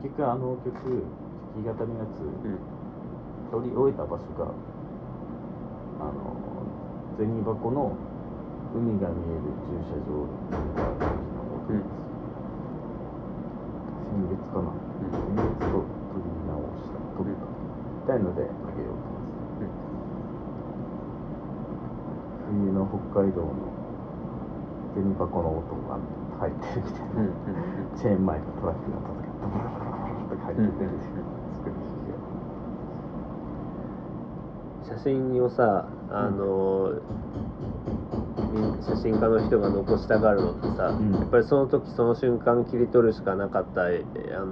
結局あの曲、弾き語りのやつ、撮り終えた場所が銭箱の海が見える駐車場が時の音です。先月かな、先月と撮り直した撮ったみたいのであげようと思います。冬の北海道の銭箱の音が入ってるみたいな、チェーン前のトラックの音がブルブルブルブルって入ってるんですよ。作る写真をさ、写真家の人が残したがるのってさ、やっぱりその時その瞬間切り取るしかなかった映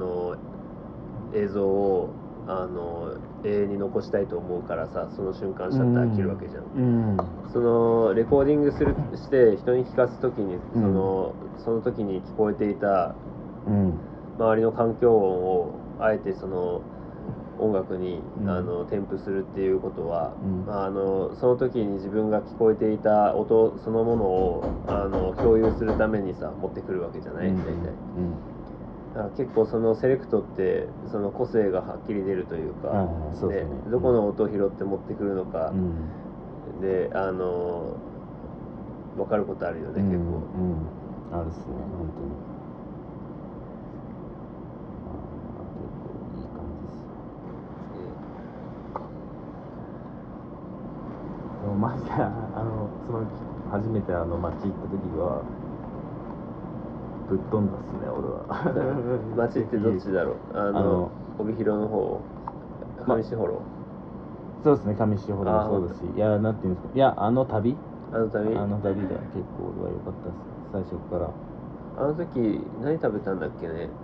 像を永遠に残したいと思うからさ、その瞬間シャッター切るわけじゃん。そのレコーディングして人に聞かす時にその時に聞こえていた周りの環境音をあえてその音楽に添付するっていうことは、その時に自分が聞こえていた音そのものを共有するためにさ持ってくるわけじゃない、大体。だから結構そのセレクトってその個性がはっきり出るというか、でどこの音を拾って持ってくるのか、で分かることあるよね、結構。 あるっすね、本当に。結構いい感じですよ。でもマジでその初めて街行った時はぶっ飛んだっすね、俺は。 街ってどっちだろう、帯広の方、上士幌。 そうですね、上士幌もそうだし、いや、なんていうんですか、いや、あの旅が結構俺は良かったです、最初から。 あの時何食べたんだっけね。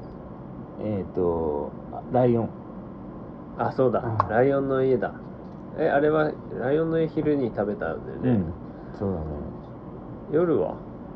ライオン。 あ、そうだ、ライオンの家だ。あれはライオンの家昼に食べたんだよね。 そうだね。 夜は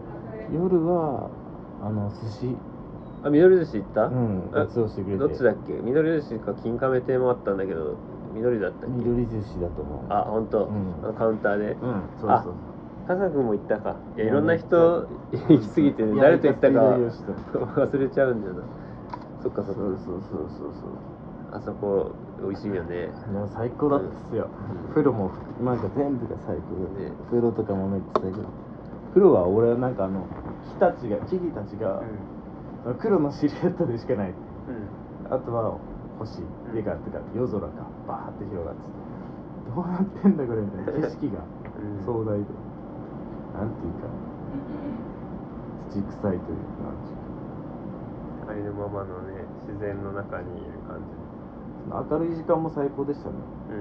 寿司。 緑寿司行った？ ごちそうしてくれて。 どっちだっけ？緑寿司か金亀亭もあったんだけど、緑だったっけ？ 緑寿司だと思う。 あ、ほんと、カウンターで。 そう。 カサ君も行ったか。いや、いろんな人行き過ぎてね、誰と行ったか忘れちゃうんだよな。そっか。 そう。 あそこ美味しいよね。 いや、最高だったっすよ。風呂もなんか全部が最高で、風呂とかもめっちゃ最高。風呂は俺はなんか木々たちが、黒のシルエットでしかない。あとは星っていうか夜空がバーって広がって、どうなってんだこれみたいな景色が壮大で、なんていうか土臭いというか、 ありのままのね、自然の中にいる感じ。 明るい時間も最高でしたね。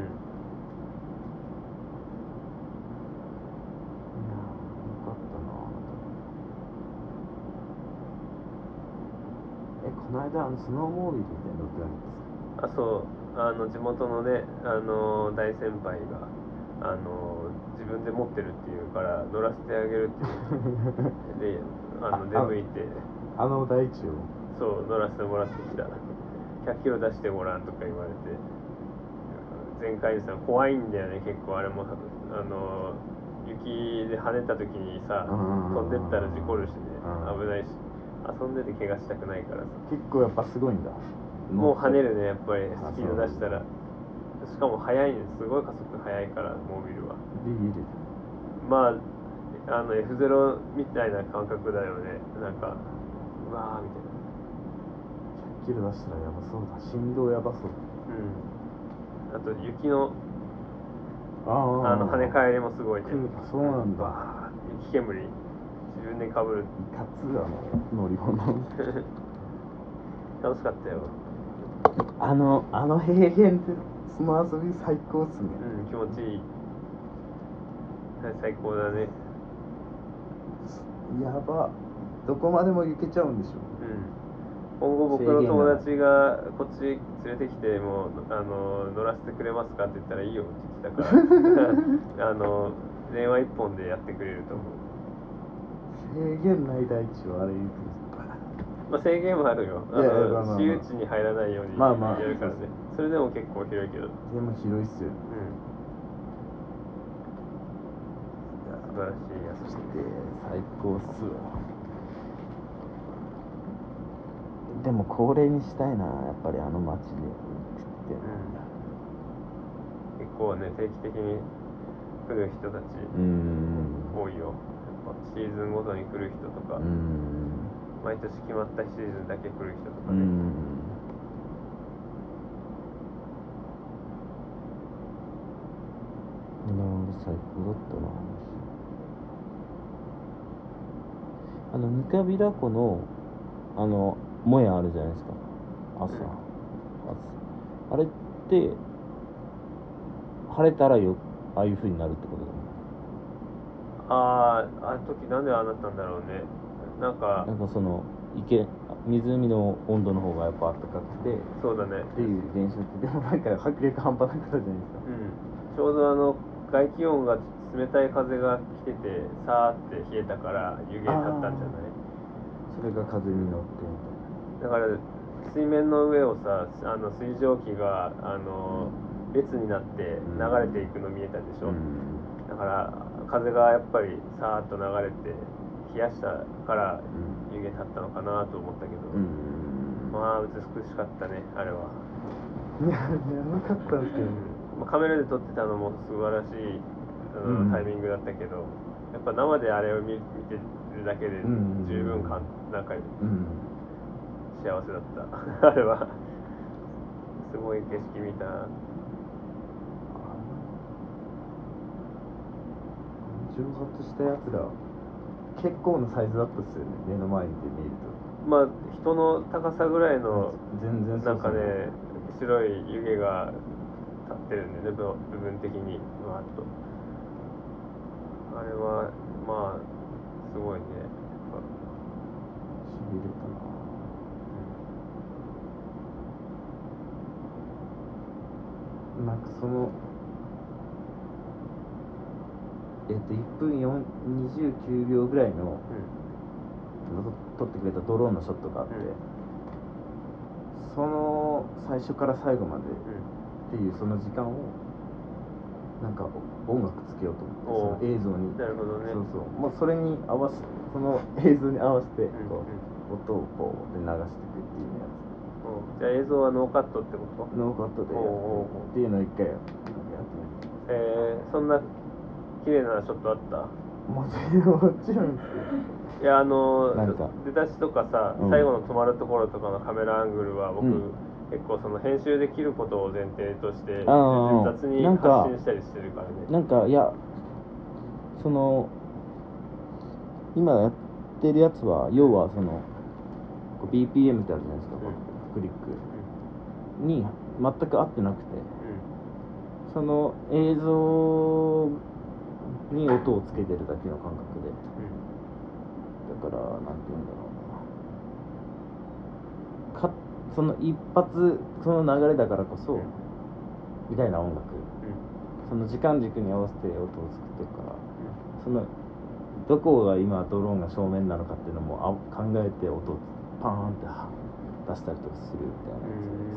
この間スノーモービルみたいなの乗ってなかったですか？ そう、地元のね、大先輩が自分で持ってるっていうから乗らせてあげるっていうで出向いて大地をそう乗らせてもらってきた。100キロ出してごらんとか言われて、前回さ怖いんだよね、結構あれも雪で跳ねた時にさ飛んでったら事故るしね、危ないし、遊んでて怪我したくないからさ。 結構やっぱすごいんだ。 もう跳ねるね、やっぱりスピード出したら。しかも速いね、すごい加速速いからモービルは。まあF0 みたいな感覚だよね。なんかうわーみたいな。 100キロ出したらやばそうだ。振動やばそう。 あと雪の跳ね返りもすごいね。 そうなんだ。 雪煙自分でかぶる。 いかつ乗り物。 楽しかったよ。 平原ってその遊び最高っすね。 気持ちいい。最高だね。 やば。どこまでも行けちゃうんでしょ。 今後僕の友達がこっち連れてきても乗らせてくれますかって言ったらいいよって言ってたから電話一本でやってくれると思う。 制限ない大地はあれ行く。 制限はあるよ。私有地に入らないようにやるからね。それでも結構広いけど。 でも広いっすよ。 素晴らしい遊びで最高っすわ。 でも恒例にしたいな、やっぱりあの街で食って、 結構ね定期的に来る人たち多いよ。やっぱシーズンごとに来る人とか、毎年決まったシーズンだけ来る人とかね。 最高だったな。三ヶ平湖のもやあるじゃないですか、朝、あれって晴れたらああいう風になるってことだね。 あの時なんでああなったんだろうね。なんかその湖の温度の方がやっぱ暖かくて、 そうだねっていう現象って、でもなんか迫力半端なかったじゃないですか。 ちょうど外気温が冷たい風が来ててさーって冷えたから湯気立ったんじゃない？ それが風に乗ってみたいな。 だから水面の上をさ、水蒸気が列になって流れていくの見えたでしょ。だから風がやっぱりさーっと流れて冷やしたから湯気立ったのかなと思ったけど、まあ美しかったね、あれは。 いや、眠かったんですけどね。 カメラで撮ってたのも素晴らしいタイミングだったけど、やっぱ生であれを見てるだけで十分なんか幸せだったあれはすごい景色見た。 蒸発したやつが結構のサイズだったっすよね、目の前で見ると。 まあ人の高さぐらいの全然なんかね白い湯気が立ってるんでね、部分的にわーっと。あれはまあすごいね、 しびれたな。なんか1分29秒ぐらいの、撮ってくれたドローンのショットがあって、その最初から最後までっていうその時間をなんか音楽つけようと思って、その映像に。 なるほどね。 もうそれに合わせ、その映像に合わせて音をこうで流していくっていうやつ。 じゃあ映像はノーカットってこと？ ノーカットでやってっていうのを一回やってみて。 そんな綺麗なショットあった？ もちろんですよ。 いや出だしとかさ、最後の止まるところとかのカメラアングルは僕、結構その編集できることを前提として雑に発信したりしてるからね。 なんかいや、今やってるやつは要はBPM ってあるじゃないですか、クリックに全く合ってなくて、その映像に音をつけてるだけの感覚で、だからなんていうんだろうな、その一発その流れだからこそみたいな音楽、その時間軸に合わせて音を作ってるから、そのどこが今ドローンが正面なのかっていうのも考えて音をパーンって出したりとかするみたいなや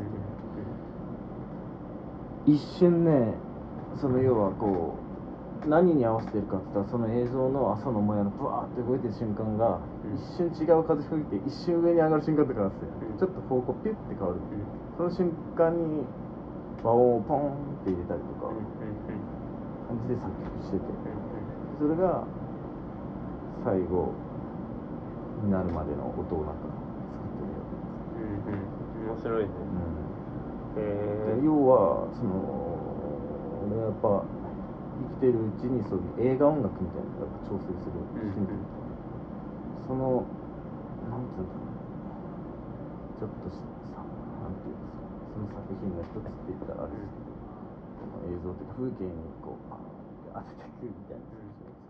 つです。一瞬ね、要はこう何に合わせてるかって言ったら、その映像の朝のもやのブワーって動いてる瞬間が、一瞬違う風吹いて一瞬上に上がる瞬間とかあって、ちょっと方向ピュッて変わる、その瞬間に和音をポンって入れたりとか感じで作曲してて、それが最後になるまでの音をなんか作ってみよう。 面白いね。 要は俺はやっぱ生きてるうちにそういう映画音楽みたいなのをやっぱ調整する、なんていうんだろう、ちょっとさ、なんていうんですか、その作品の一つって言ったらあれですけど、この映像というか風景にこう当ててくるみたいな。